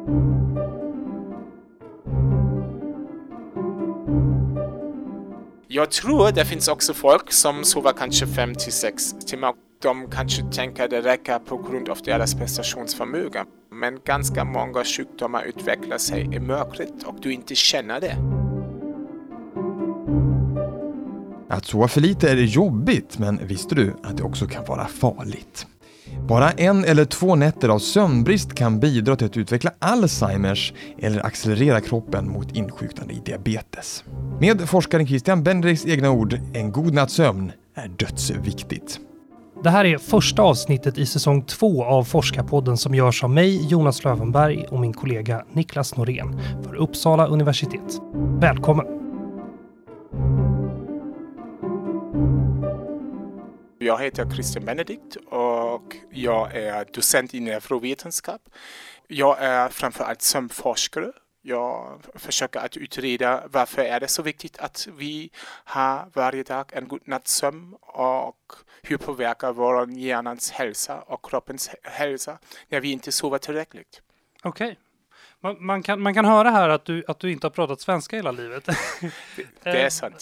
Jag tror det finns också folk som sover kanske 5-6 timmar. De kanske tänker att det räcker på grund av deras prestationsförmåga. Men ganska många sjukdomar utvecklar sig i mörkret och du inte känner det. Att sova för lite är jobbigt, men visste du att det också kan vara farligt? Bara 1 eller 2 nätter av sömnbrist kan bidra till att utveckla Alzheimers eller accelerera kroppen mot insjuknande i diabetes. Med forskaren Christian Benedikts egna ord, en god natts sömn är dödsviktigt. Det här är första avsnittet i säsong 2 av Forskarpodden som görs av mig, Jonas Lövenberg, och min kollega Niklas Norén för Uppsala universitet. Välkommen! Jag heter Christian Benedikt och jag är docent i neurovetenskap. Jag är framförallt sömnforskare. Jag försöker att utreda varför är det så viktigt att vi har varje dag en god natts sömn och hur påverkar vår hjärnans hälsa och kroppens hälsa när vi inte sover tillräckligt. Okej. Man kan höra här att du inte har pratat svenska hela livet. Det är sant.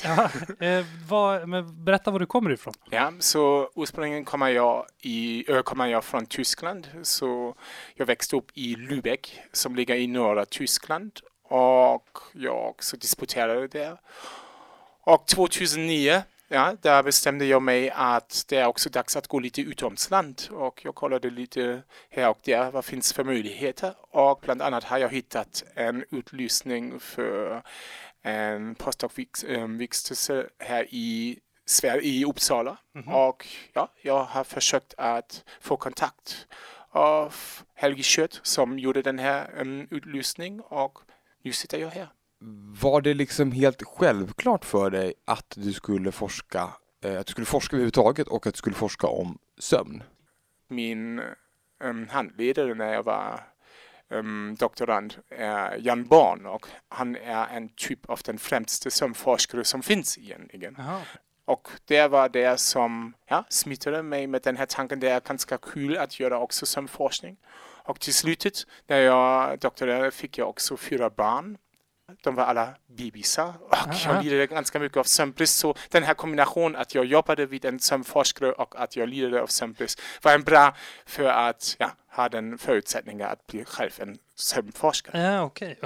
Men berätta var du kommer ifrån. Ja, så ursprungligen kommer jag från Tyskland. Så jag växte upp i Lübeck som ligger i norra Tyskland. Och jag också disputerade där. Och 2009, där bestämde jag mig att det är också dags att gå lite utomlands. Och jag kollade lite här och där, vad finns för möjligheter. Och bland annat har jag hittat en utlysning för en postdoc-vistelse här i Sverige, i Uppsala. Mm-hmm. Och jag har försökt att få kontakt av Helge Schött som gjorde den här utlysning och nu sitter jag här. Var det liksom helt självklart för dig att du skulle forska överhuvudtaget och att du skulle forska om sömn? Min handledare när jag var doktorand är Jan Born och han är en typ av den främsta sömnforskare som finns egentligen. Aha. Och det var det som smittade mig med den här tanken. Det är ganska kul att göra också sömnforskning. Och till slutet när jag doktorerade fick jag också 4 barn. De var alla bebisar och jag lidade ganska mycket av sömnbrist. Så den här kombinationen att jag jobbade vid en sömnforskare och att jag lidade av sömnbrist var en bra för att ha den förutsättningen att bli själv en sömnforskare. Ja, okej.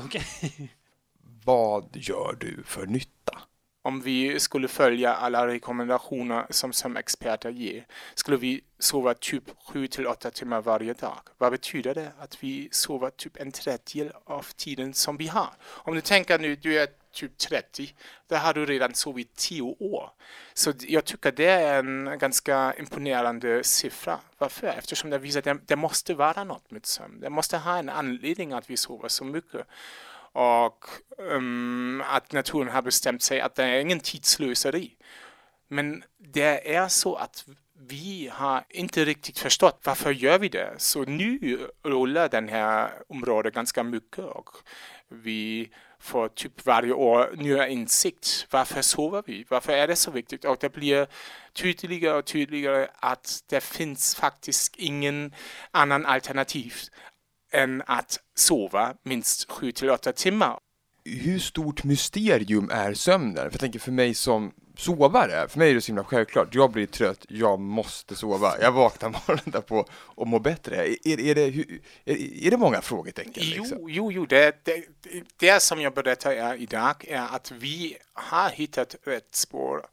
Vad gör du för nytta? Om vi skulle följa alla rekommendationer som sömnexperter ger skulle vi sova typ 7-8 timmar varje dag. Vad betyder det? Att vi sover typ en tredjedel av tiden som vi har. Om du tänker nu, du är typ 30, där har du redan sovit 10 år. Så jag tycker det är en ganska imponerande siffra. Varför? Eftersom det visar att det måste vara något med sömn. Det måste ha en anledning att vi sover så mycket. Och att naturen har bestämt sig att det är ingen tidslöseri. Men det är så att vi har inte riktigt förstått varför gör vi det. Så nu rullar den här området ganska mycket och vi får typ varje år nya insikt. Varför sover vi? Varför är det så viktigt? Och det blir tydligare och tydligare att det finns faktiskt ingen annan alternativ än att sova minst 7-8 timmar. Hur stort mysterium är sömnen? För jag tänker för mig som sovare, för mig är det så himla självklart. Jag blir trött, jag måste sova. Jag vaknar morgonen därpå och mår bättre. Är det många frågetecken? Liksom? Jo. Det som jag berättar idag är att vi har hittat rätt spår.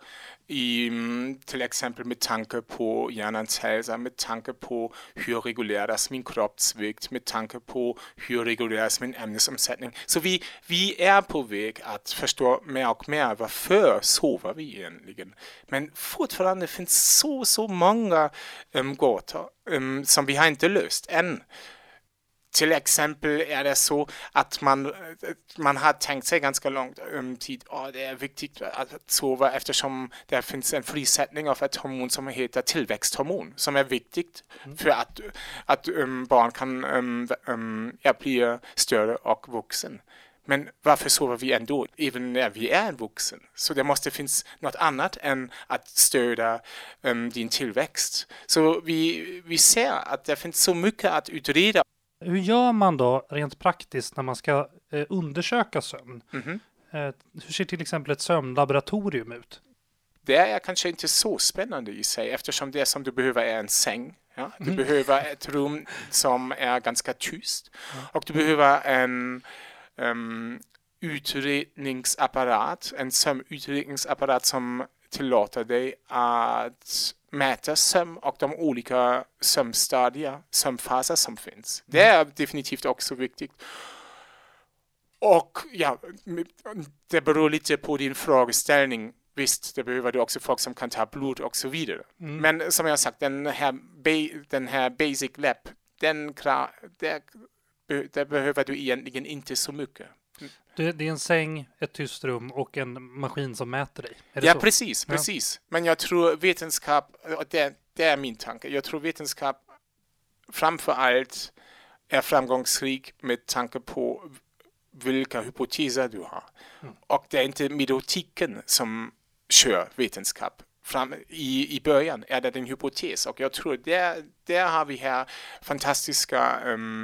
Till exempel med tanke på hjärnans hälsa, med tanke på hur reguleras min kroppsvikt, med tanke på hur reguleras min ämnesomsättning. Så vi är på väg att förstå mer och mer varför sover vi egentligen. Men fortfarande finns så många gåtor som vi har inte löst än. Till exempel är det så att man har tänkt sig ganska lång tid att det är viktigt att sova eftersom det finns en frisättning av ett hormon som heter tillväxthormon som är viktigt för att barn kan bli större och vuxen. Men varför sover vi ändå även när vi är vuxen? Så det måste finnas något annat än att stödja din tillväxt. Så vi ser att det finns så mycket att utreda. Hur gör man då rent praktiskt när man ska undersöka sömn? Hur ser till exempel ett sömnlaboratorium ut? Det är kanske inte så spännande i sig eftersom det som du behöver är en säng. Ja? Du behöver ett rum som är ganska tyst och du behöver en utredningsapparat, en sömnutredningsapparat som tillåter dig att mäta sömn och de olika sömnstadier, sömnfaser som finns. Det är definitivt också viktigt. Och ja, det beror lite på din frågeställning. Visst, det behöver du också folk som kan ta blod och så vidare. Men som jag sagt, den här basic lab, det behöver du egentligen inte så mycket. Det är en säng, ett tyst rum och en maskin som mäter dig. Är det Ja, så? precis. Men jag tror vetenskap, och det är min tanke, jag tror vetenskap framför allt är framgångsrik med tanke på vilka hypoteser du har. Och det är inte metodiken som kör vetenskap. I början är det en hypotes och jag tror där har vi här fantastiska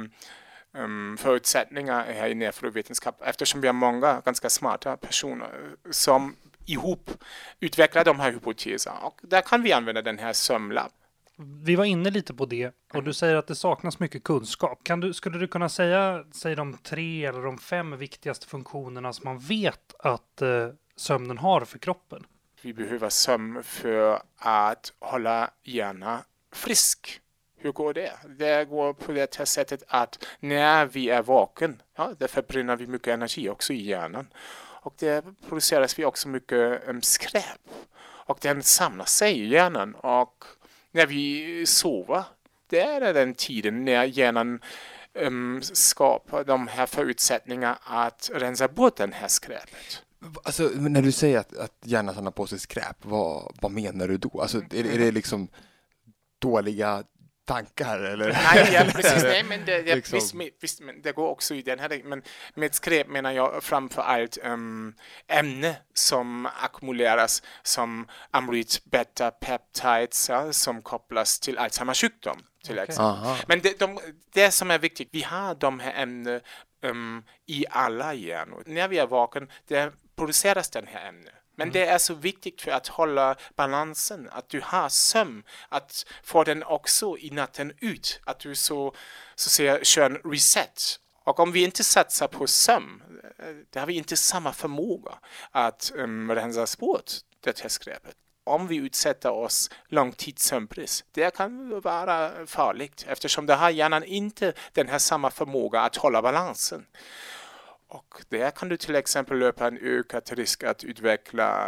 förutsättningar här i neurovetenskap eftersom vi har många ganska smarta personer som ihop utvecklar de här hypoteserna och där kan vi använda den här sömnlab. Vi var inne lite på det och du säger att det saknas mycket kunskap. Skulle du kunna säga de 3 eller de 5 viktigaste funktionerna som man vet att sömnen har för kroppen? Vi behöver sömn för att hålla hjärnan frisk. Hur går det? Det går på det här sättet att när vi är vaken, där förbränner vi mycket energi också i hjärnan. Och det produceras vi också mycket skräp. Och den samlar sig i hjärnan. Och när vi sover, det är den tiden när hjärnan skapar de här förutsättningarna att rensa bort den här skräpet. Alltså, när du säger att hjärnan samlar på sig skräp, vad menar du då? Alltså, är det liksom dåliga tankar eller? Nej, ja, precis. Nej, men visst, men det går också i den här. Men med skräp menar jag framför allt ämne som ackumuleras som amyloid beta peptides som kopplas till Alzheimers sjukdom till exempel. Men det som är viktigt, vi har de här ämnen i alla hjärnor. När vi är vaken, det produceras den här ämnen. Men det är så viktigt för att hålla balansen, att du har sömn, att få den också i natten ut, att du så säga kör en reset. Och om vi inte satsar på sömn, då har vi inte samma förmåga att rensa bort det här skräpet. Om vi utsätter oss långtidssömnbrist, det kan vara farligt eftersom det har hjärnan inte den här samma förmåga att hålla balansen. Och där kan du till exempel löpa en ökad risk att utveckla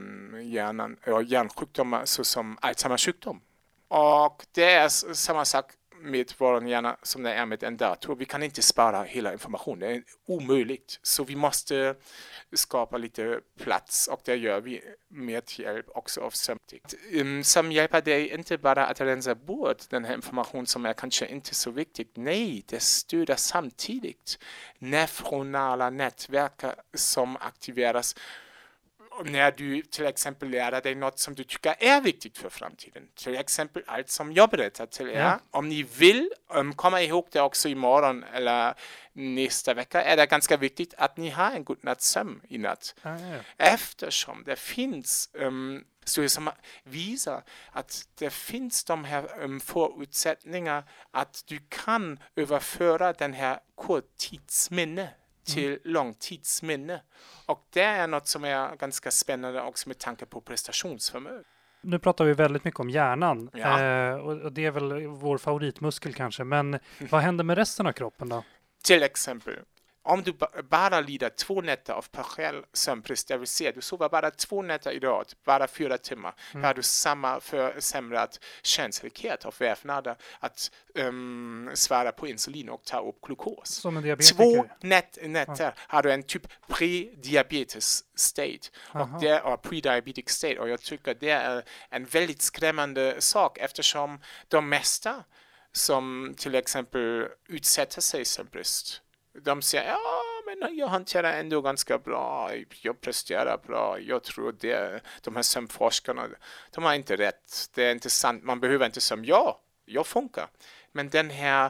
hjärnsjukdomar såsom Alzheimers sjukdom. Och det är samma sak med vår hjärna som det är med en dator. Vi kan inte spara hela informationen, det är omöjligt. Så vi måste skapa lite plats och det gör vi med hjälp också av sömn. Som hjälper dig inte bara att rensa bort den här informationen som är kanske inte så viktigt. Nej, det stöder samtidigt neuronala nätverk som aktiveras när du till exempel lär dig något som du tycker är viktigt för framtiden. Till exempel allt som jag berättar till er. Ja. Om ni vill komma ihåg det också imorgon eller nästa vecka är det ganska viktigt att ni har en god natts sömn i natt. Ja. Eftersom det finns studier som visar att det finns de här förutsättningar att du kan överföra den här korttidsminne till långtidsminne. Och det är något som är ganska spännande också med tanke på prestationsförmåga. Nu pratar vi väldigt mycket om hjärnan. Och det är väl vår favoritmuskel kanske. Men vad händer med resten av kroppen då? Till exempel, om du bara lider 2 nätter av partiell sömnbrist, det vill säga du sover bara 2 nätter i rad, bara 4 timmar, har du samma försämrad känslighet av vävnader att svara på insulin och ta upp glukos. Som en diabetiker? 2 nätter har du en typ pre-diabetes state och det är pre-diabetic state och jag tycker det är en väldigt skrämmande sak eftersom de mesta som till exempel utsätter sig sömnbrist, de säger, men jag hanterar ändå ganska bra, jag presterar bra, jag tror det, de här sömnforskarna, de har inte rätt, det är inte sant, man behöver inte sömn, jag funkar. Men den här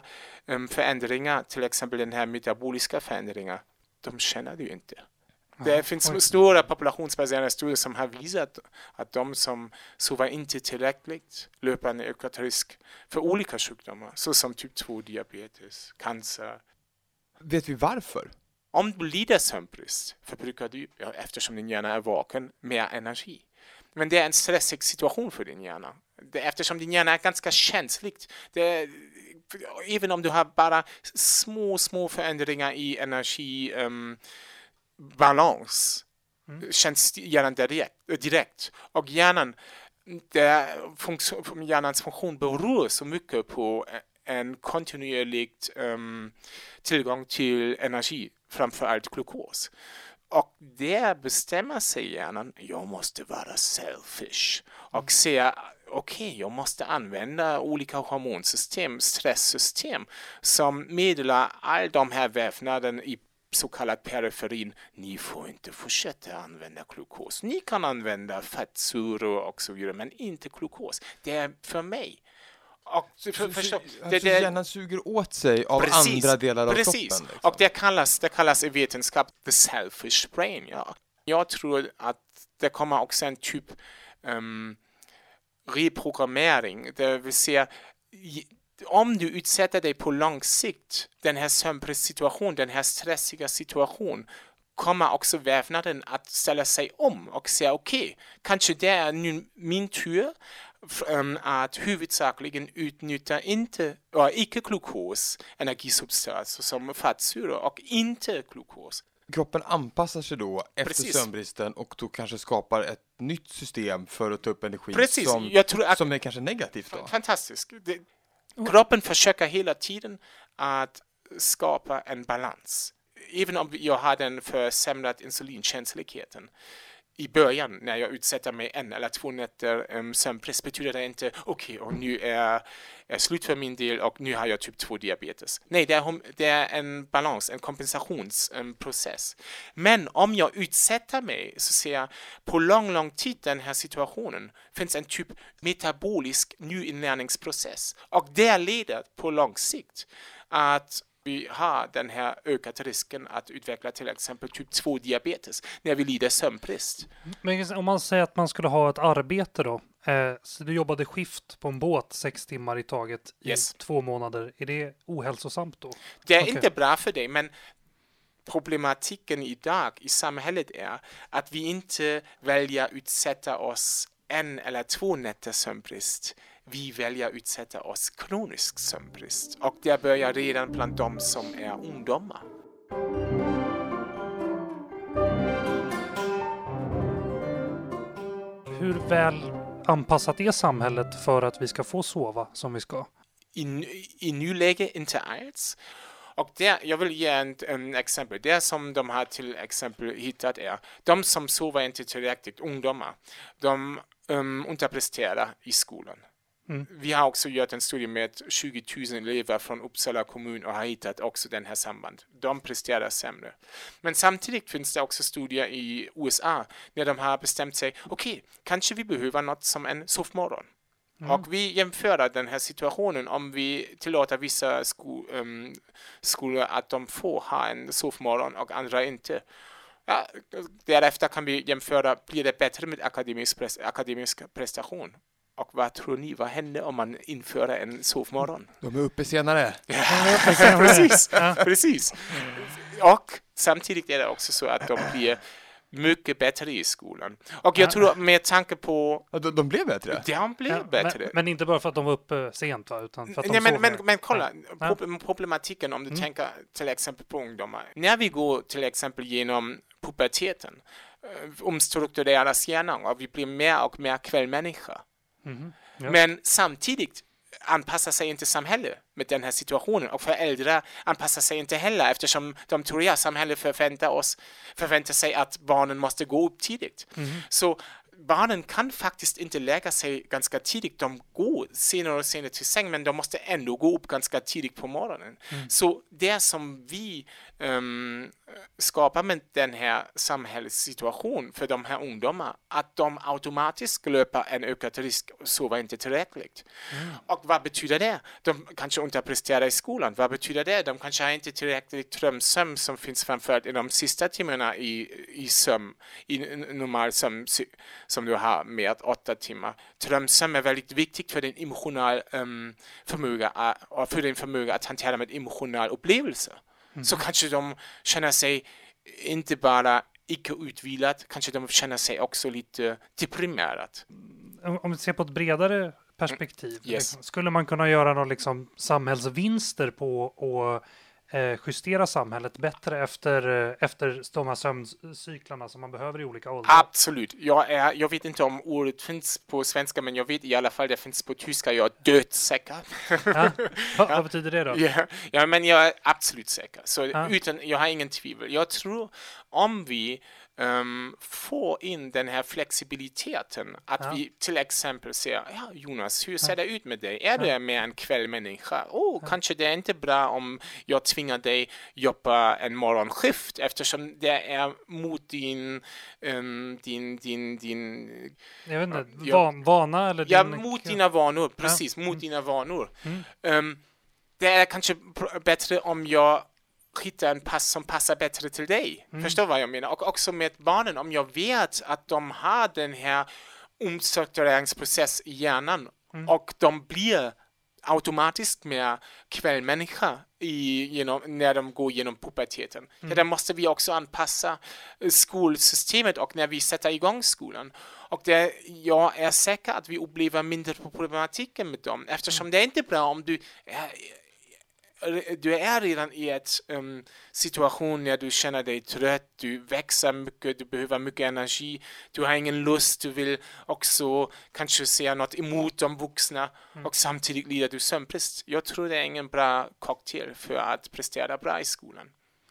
förändringar, till exempel den här metaboliska förändringar, de känner du inte. Det finns stora populationsbaserade studier som har visat att de som sover inte tillräckligt löper en ökad risk för olika sjukdomar, såsom typ 2-diabetes, cancer. Vet vi varför? Om du lider sömnbrist förbrukar du, eftersom din hjärna är vaken, mer energi. Men det är en stressig situation för din hjärna. Eftersom din hjärna är ganska känslig. Även om du har bara små förändringar i energibalans känns hjärnan direkt. Och hjärnans funktion beror så mycket på en kontinuerlig tillgång till energi, framförallt glukos. Och där bestämmer sig hjärnan, jag måste vara selfish och säga, okej, jag måste använda olika hormonsystem, stresssystem som meddelar all de här vävnaden i så kallad periferin. Ni får inte fortsätta använda glukos. Ni kan använda fettsyror och så vidare, men inte glukos. Det är för mig. Och hjärnan suger åt sig av andra delar av kroppen. Liksom. Och det kallas i vetenskap the selfish brain. Ja. Jag tror att det kommer också en typ reprogrammering. Det vill säga, om du utsätter dig på lång sikt, den här sömnbristsituationen, den här stressiga situationen, kommer också vävnaden att ställa sig om och säga okej, kanske det är nu min tur att huvudsakligen utnyttja icke-glukos energisubstans som fettsyror och inte glukos. Kroppen anpassar sig då efter sömnbristen och då kanske skapar ett nytt system för att ta upp energi som är kanske negativt då. Fantastiskt. Kroppen försöker hela tiden att skapa en balans. Även om jag har den försämrad insulinkänsligheten. I början när jag utsätter mig 1 eller 2 nätter sömnbrist betyder det inte okej, och nu är slut för min del och nu har jag typ 2-diabetes. Nej, det är en balans, en kompensationsprocess. Men om jag utsätter mig så ser jag på lång tid den här situationen finns en typ metabolisk nyinlärningsprocess. Och det leder på lång sikt att vi har den här ökade risken att utveckla till exempel typ 2-diabetes när vi lider sömnbrist. Men om man säger att man skulle ha ett arbete då, så du jobbade skift på en båt 6 timmar i taget i 2 månader, är det ohälsosamt då? Det är inte bra för dig, men problematiken idag i samhället är att vi inte väljer att utsätta oss 1 eller 2 nätter sömnbrist. Vi väljer att utsätta oss kronisk sömnbrist. Och det börjar redan bland de som är ungdomar. Hur väl anpassat är samhället för att vi ska få sova som vi ska? I nuläge inte alls. Och jag vill ge en exempel. Det som de har till exempel hittat är de som sover inte tillräckligt, ungdomar, de underpresterar i skolan. Vi har också gjort en studie med 20 000 elever från Uppsala kommun och har hittat också den här samband. De presterar sämre. Men samtidigt finns det också studier i USA när de har bestämt sig, okej, kanske vi behöver något som en sovmorgon. Och vi jämför den här situationen om vi tillåter vissa skolor att de får ha en sovmorgon och andra inte. Ja, därefter kan vi jämföra, blir det bättre med akademisk prestation? Och vad tror ni, vad händer om man inför en sovmorgon? De är uppe senare. Precis. Och samtidigt är det också så att de blir mycket bättre i skolan. Och jag tror med tanke på... De blev bättre? De blev bättre. Men inte bara för att de var uppe sent, va? Utan för att de men kolla, problematiken om du tänker till exempel på ungdomar. När vi går till exempel genom puberteten, omstruktureras hjärnan och vi blir mer och mer kvällmänniska. Men samtidigt anpassar sig inte samhället med den här situationen och föräldrar anpassar sig inte heller eftersom de tror att samhället förväntar sig att barnen måste gå upp tidigt. Så barnen kan faktiskt inte lägga sig ganska tidigt. De går senare och senare till säng, men de måste ändå gå upp ganska tidigt på morgonen. Så det som vi skapar med den här samhällssituationen för de här ungdomarna, att de automatiskt löper en ökad risk att sova inte tillräckligt. Och vad betyder det? De kanske underpresterar i skolan. Vad betyder det? De kanske har inte tillräckligt drömsömn som finns framförallt i de sista timmarna i sömn, i normal sömn som du har med 8 timmar. Drömsömn är väldigt viktigt för din emotionella förmåga och för din förmåga att hantera med emotionella upplevelser. Så kanske de känner sig inte bara icke utvilad, kanske de känner sig också lite deprimerad. Om vi ser på ett bredare perspektiv, Yes. skulle man kunna göra några liksom samhällsvinster på att justera samhället bättre efter de här sömncyklarna som man behöver i olika åldrar? Absolut. Jag vet inte om ordet finns på svenska, men jag vet i alla fall det finns på tyska. Jag är dödssäker. Ja. Vad betyder det då? Ja, men jag är absolut säker. Så jag har ingen tvivel. Jag tror om vi får in den här flexibiliteten, att vi till exempel säger, Jonas, hur ser det ut med dig? Är du med en kvällmänniska? Kanske det är inte bra om jag tvingar dig jobba en morgonskift, eftersom det är mot din jag vet inte, vana eller din... mot dina vanor, precis, mot dina vanor. Det är kanske bättre om jag hitta en pass som passar bättre till dig. Förstår vad jag menar? Och också med barnen, om jag vet att de har den här omstruktureringsprocess i hjärnan och de blir automatiskt mer kvällmänniska när de går genom puberteten. Där måste vi också anpassa skolsystemet och när vi sätter igång skolan. Och jag är säker att vi upplever mindre på problematiken med dem, eftersom det är inte bra om du är redan i en situation när du känner dig trött, du växer mycket, du behöver mycket energi, du har ingen lust, du vill också kanske säga något emot de vuxna och samtidigt lider du sömnbrist. Jag tror det är ingen bra cocktail för att prestera bra i skolan.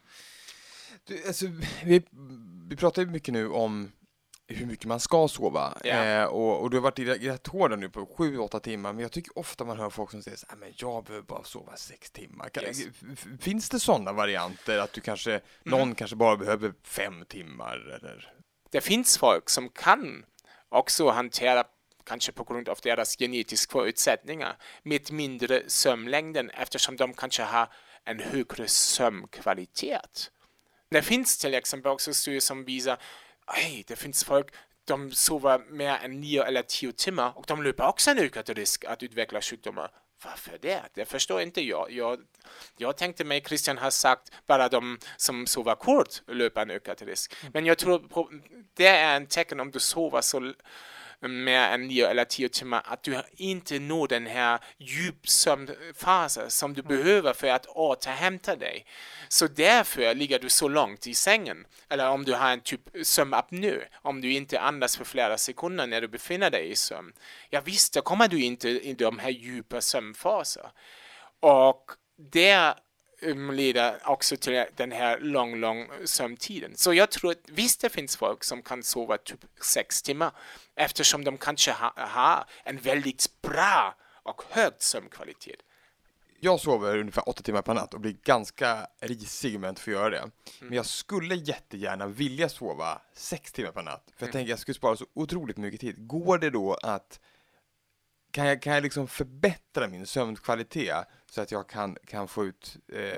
Vi pratar ju mycket nu om hur mycket man ska sova. Och du har varit rätt hård nu på 7-8 timmar, men jag tycker ofta man hör folk som säger att jag behöver bara sova 6 timmar. Finns det sådana varianter att du någon kanske bara behöver 5 timmar? Eller? Det finns folk som kan också hantera, kanske på grund av deras genetiska förutsättningar, med mindre sömnlängden, eftersom de kanske har en högre sömnkvalitet. Det finns till exempel också studier som visar det finns folk, de sover mer än 9 eller 10 timmar och de löper också en ökad risk att utveckla sjukdomar. Varför det? Det förstår inte jag. Jag tänkte mig, Christian har sagt, bara de som sover kort löper en ökad risk. Men jag tror det är en tecken om du sover så mer än 9 eller 10 timmar att du inte når den här djupsömnfasen som du behöver för att återhämta dig. Så därför ligger du så långt i sängen. Eller om du har en typ sömnapnö, om du inte andas för flera sekunder när du befinner dig i sömn. Ja visst, då kommer du inte i de här djupa sömnfaser. Och det leder också till den här lång sömntiden. Så jag tror att visst det finns folk som kan sova typ 6 timmar eftersom de kanske har en väldigt bra och hög sömnkvalitet. Jag sover ungefär 8 timmar per natt och blir ganska risig om jag inte får göra det. Men jag skulle jättegärna vilja sova 6 timmar per natt. För jag tänker jag skulle spara så otroligt mycket tid. Går det då att kan jag liksom förbättra min sömnkvalitet så att jag kan få ut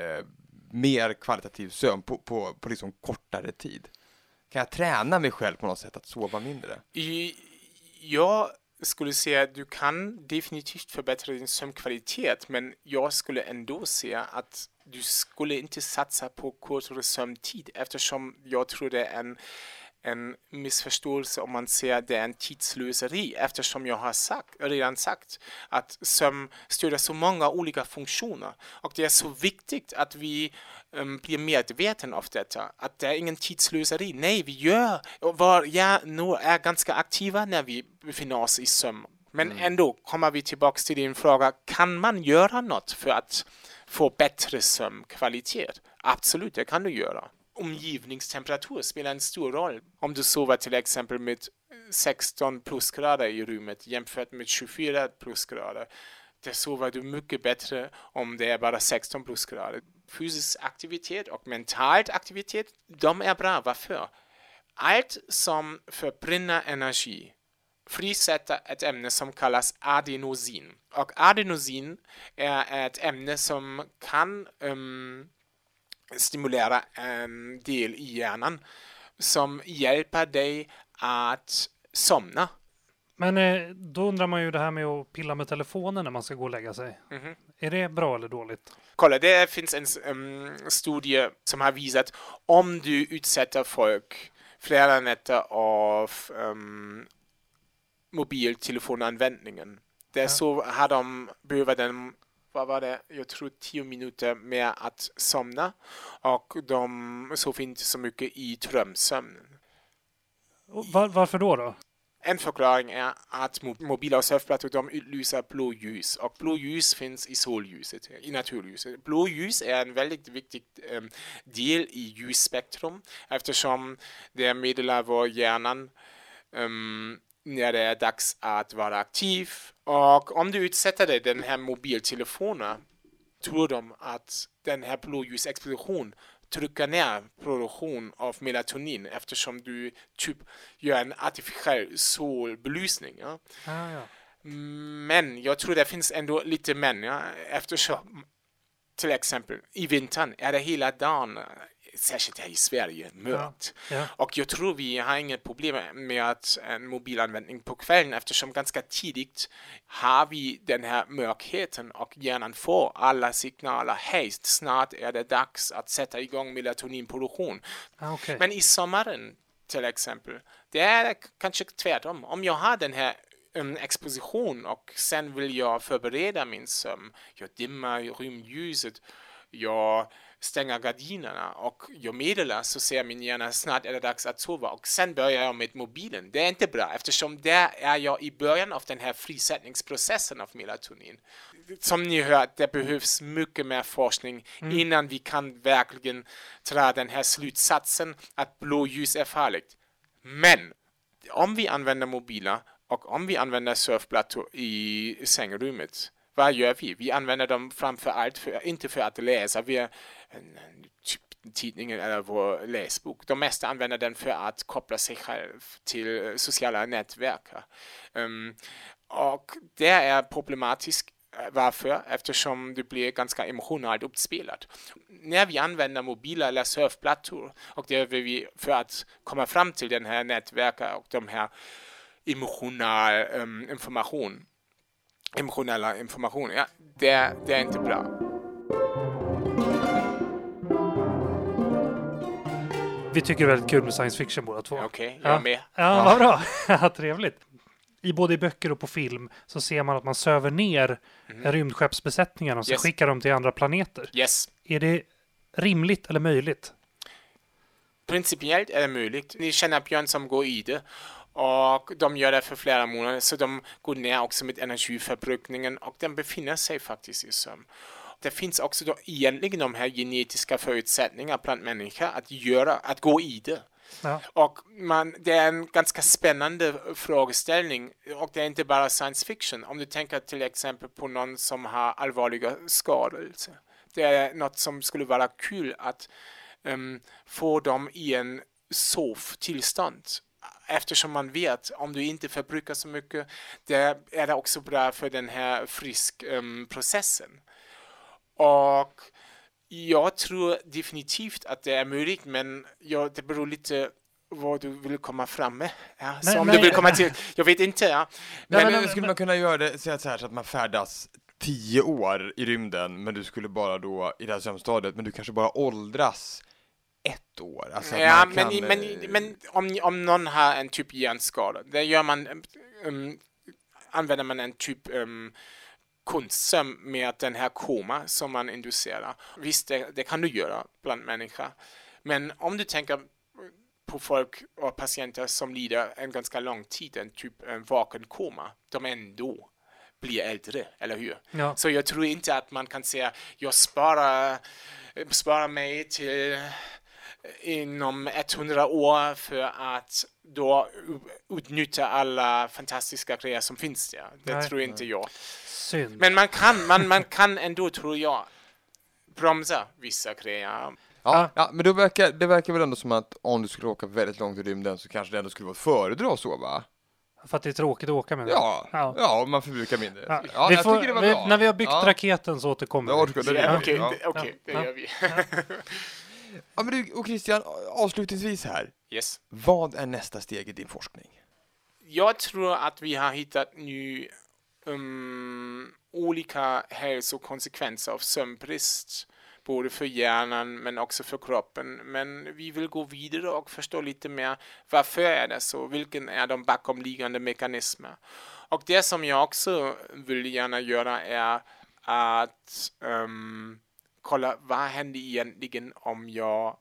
mer kvalitativ sömn på liksom kortare tid? Kan jag träna mig själv på något sätt att sova mindre? Jag skulle säga att du kan definitivt förbättra din sömnkvalitet, men jag skulle ändå säga att du skulle inte satsa på kortare sömntid, eftersom jag tror det är en missförståelse om man säger att det är en tidslöseri, eftersom jag har redan sagt att sömn stöder så många olika funktioner och det är så viktigt att vi blir medvetna av detta, att det är ingen tidslöseri. Nej, vi är ganska aktiva när vi befinner oss i sömn. Men ändå kommer vi tillbaka till din fråga, kan man göra något för att få bättre sömnkvalitet? Absolut, det kan du göra. Omgivningstemperatur spelar en stor roll. Om du sover till exempel med 16 plusgrader i rummet jämfört med 24 plusgrader. Där sover du mycket bättre om det är bara 16 plusgrader. Fysisk aktivitet och mental aktivitet, de är bra. Varför? Allt som förbränner energi frisätter ett ämne som kallas adenosin. Och adenosin är ett ämne som kan stimulera en del i hjärnan som hjälper dig att somna. Men då undrar man ju det här med att pilla med telefonen när man ska gå och lägga sig. Mhm. Är det bra eller dåligt? Kolla, det finns en studie som har visat om du utsätter folk flera nätter av mobiltelefonanvändningen. Där så har behöver den, vad var det? Jag tror 10 minuter med att somna och de sover inte så mycket i drömsömnen. Varför då? En förklaring är att mobila och surfplattor de utlyser blåljus och blåljus finns i solljuset, i naturljuset. Blåljus är en väldigt viktig del i ljusspektrum eftersom det meddelar vår hjärnan när det är dags att vara aktiv. Och om du utsätter dig den här mobiltelefonen tror de att den här blåljusexplosion trycker ner produktion av melatonin eftersom du typ gör en artificiell solbelysning. Ja? Ja. Men jag tror det finns ändå lite men, ja? Eftersom till exempel i vintern är det hela dagen, särskilt här i Sverige, mörkt. Ja. Och jag tror vi har inget problem med att en mobilanvändning på kvällen eftersom ganska tidigt har vi den här mörkheten och hjärnan får alla signaler. Hej, snart är det dags att sätta igång melatoninproduktion. Okay. Men i sommaren till exempel, det är kanske tvärtom. Om jag har den här exposition och sen vill jag förbereda min sömn, jag dimmar rymdljuset, jag stänger gardinerna och jag meddelar så ser min hjärna snart är det dags att sova och sen börjar jag med mobilen. Det är inte bra eftersom där är jag i början av den här frisättningsprocessen av melatonin. Som ni hör, det behövs mycket mer forskning innan vi kan verkligen dra den här slutsatsen att blåljus är farligt. Men om vi använder mobiler och om vi använder surfplattor i sängrummet, vad gör vi? Vi använder dem framför allt inte för att läsa via tidningen eller vår läsbok. De mesta använder den för att koppla sig själv till sociala nätverk. Och det är problematiskt. Varför? Eftersom du blir ganska emotionellt uppspelad. När vi använder mobiler eller surfplattor och det är vi för att komma fram till den här nätverken och de här emotionella information, ja, det är inte bra. Vi tycker det är väldigt kul med science fiction båda två. Okej, jag är med. Ja, vad bra. Trevligt. Både i böcker och på film så ser man att man söver ner rymdskeppsbesättningarna och så skickar dem till andra planeter. Yes. Är det rimligt eller möjligt? Principiellt är det möjligt. Ni känner Björn som går i det. Och de gör det för flera månader så de går ner också med energiförbrukningen och den befinner sig faktiskt i sömn. Det finns också då egentligen de här genetiska förutsättningarna bland människor att gå i det. Ja. Och det är en ganska spännande frågeställning och det är inte bara science fiction. Om du tänker till exempel på någon som har allvarliga skador. Det är något som skulle vara kul att få dem i en sovtillstånd. Eftersom man vet om du inte förbrukar så mycket, det är det också bra för den här processen. Och jag tror definitivt att det är möjligt, men det beror lite vad du vill komma fram med. Ja, så om du vill komma till, jag vet inte. Ja. Men skulle man kunna göra det så att man färdas 10 år i rymden, men du skulle bara då i det här sömnstadiet, men du kanske bara åldras 1 år. Alltså ja, men om någon har en typ hjärnskada, där gör man använder man en typ konstsömn med den här koma som man inducerar. Visst, det kan du göra bland människor. Men om du tänker på folk och patienter som lider en ganska lång tid, en typ vaken koma, de ändå blir äldre, eller hur? Ja. Så jag tror inte att man kan säga jag sparar mig till inom 100 år för att då utnyttja alla fantastiska grejer som finns där. Det tror inte jag. Synd. Men man kan ändå, tror jag, bromsa vissa grejer. Ja, men det verkar väl ändå som att om du skulle åka väldigt långt i rymden så kanske det ändå skulle vara ett föredra så, va? För att det är tråkigt att åka med det. Ja, man förbrukar mindre. Ja. Ja, jag tycker det var bra. När vi har byggt raketen så återkommer vi. Okej, det gör vi. Ja, men du och Christian, avslutningsvis här. Yes. Vad är nästa steg i din forskning? Jag tror att vi har hittat nu olika hälsokonsekvenser av sömnbrist. Både för hjärnan men också för kroppen. Men vi vill gå vidare och förstå lite mer varför är det så? Vilken är de bakomliggande mekanismer? Och det som jag också vill gärna göra är att kolla vad händer egentligen om jag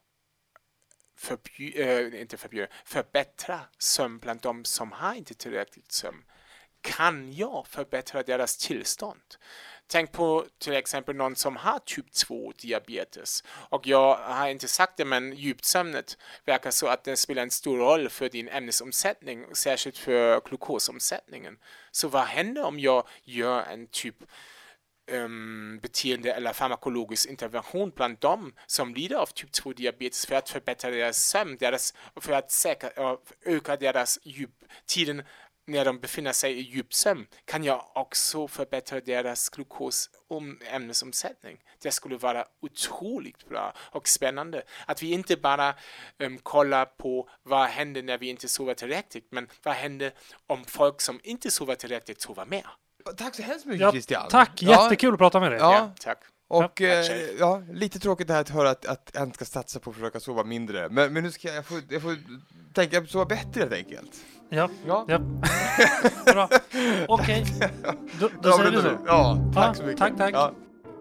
förbättrar sömn bland de som har inte tillräckligt sömn. Kan jag förbättra deras tillstånd? Tänk på till exempel någon som har typ 2 diabetes. Och jag har inte sagt det, men djupsömnet verkar så att det spelar en stor roll för din ämnesomsättning, särskilt för glukosomsättningen. Så vad händer om jag gör en typ beteende eller farmakologisk intervention bland dem som lider av typ 2 diabetes för att förbättra deras sömn, för att öka deras tiden när de befinner sig i djupsömn, kan jag också förbättra deras glukosämnesomsättning. Det skulle vara otroligt bra och spännande. Att vi inte bara kollar på vad händer när vi inte sover tillräckligt, men vad händer om folk som inte sover tillräckligt sover mer. Tack så hemskt mycket, Christian. Tack, jättekul att prata med dig. Ja, tack. Och lite tråkigt det här att höra att en ska satsa på att försöka sova mindre. Men nu ska jag får tänka sova bättre helt enkelt. Ja. Bra. Okej. Då säger vi så. Ja, tack så mycket. Tack. Ja.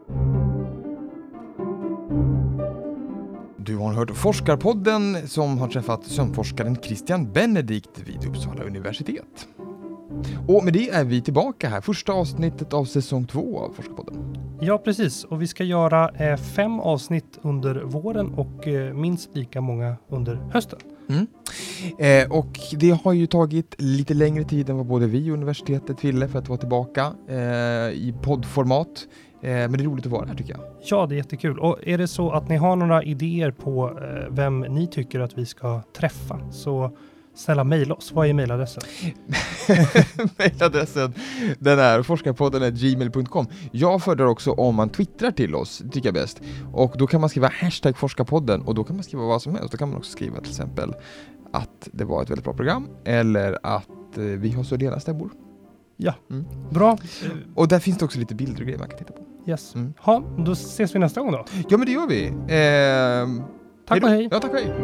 Du har hört Forskarpodden som har träffat sömnforskaren Christian Benedikt vid Uppsala universitet. Och med det är vi tillbaka här, första avsnittet av säsong 2 av Forskarpodden. Ja, precis. Och vi ska göra 5 avsnitt under våren och minst lika många under hösten. Och det har ju tagit lite längre tid än vad både vi och universitetet ville för att vara tillbaka i poddformat. Men det är roligt att vara här, tycker jag. Ja, det är jättekul. Och är det så att ni har några idéer på vem ni tycker att vi ska träffa, så snälla mejla oss. Vad är mejladressen? Mejladressen, den är forskarpodden@gmail.com. Jag föredrar också om man twittrar till oss, tycker jag bäst. Och då kan man skriva #forskarpodden och då kan man skriva vad som helst. Då kan man också skriva till exempel att det var ett väldigt bra program eller att vi har så delas där bor. Ja, bra. Och där finns det också lite bilder och grejer man kan titta på. Yes. Ja, då ses vi nästa gång då. Ja, men det gör vi. Tack och hej. Ja, tack och hej.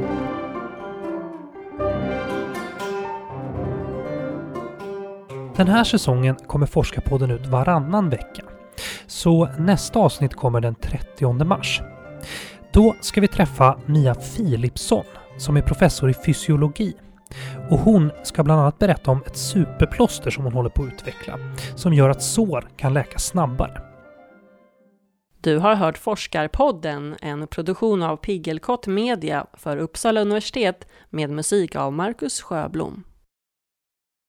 Den här säsongen kommer Forskarpodden ut varannan vecka. Så nästa avsnitt kommer den 30 mars. Då ska vi träffa Mia Philipsson som är professor i fysiologi. Och hon ska bland annat berätta om ett superplåster som hon håller på att utveckla, som gör att sår kan läka snabbare. Du har hört Forskarpodden, en produktion av Piggelkott Media för Uppsala universitet med musik av Marcus Sjöblom.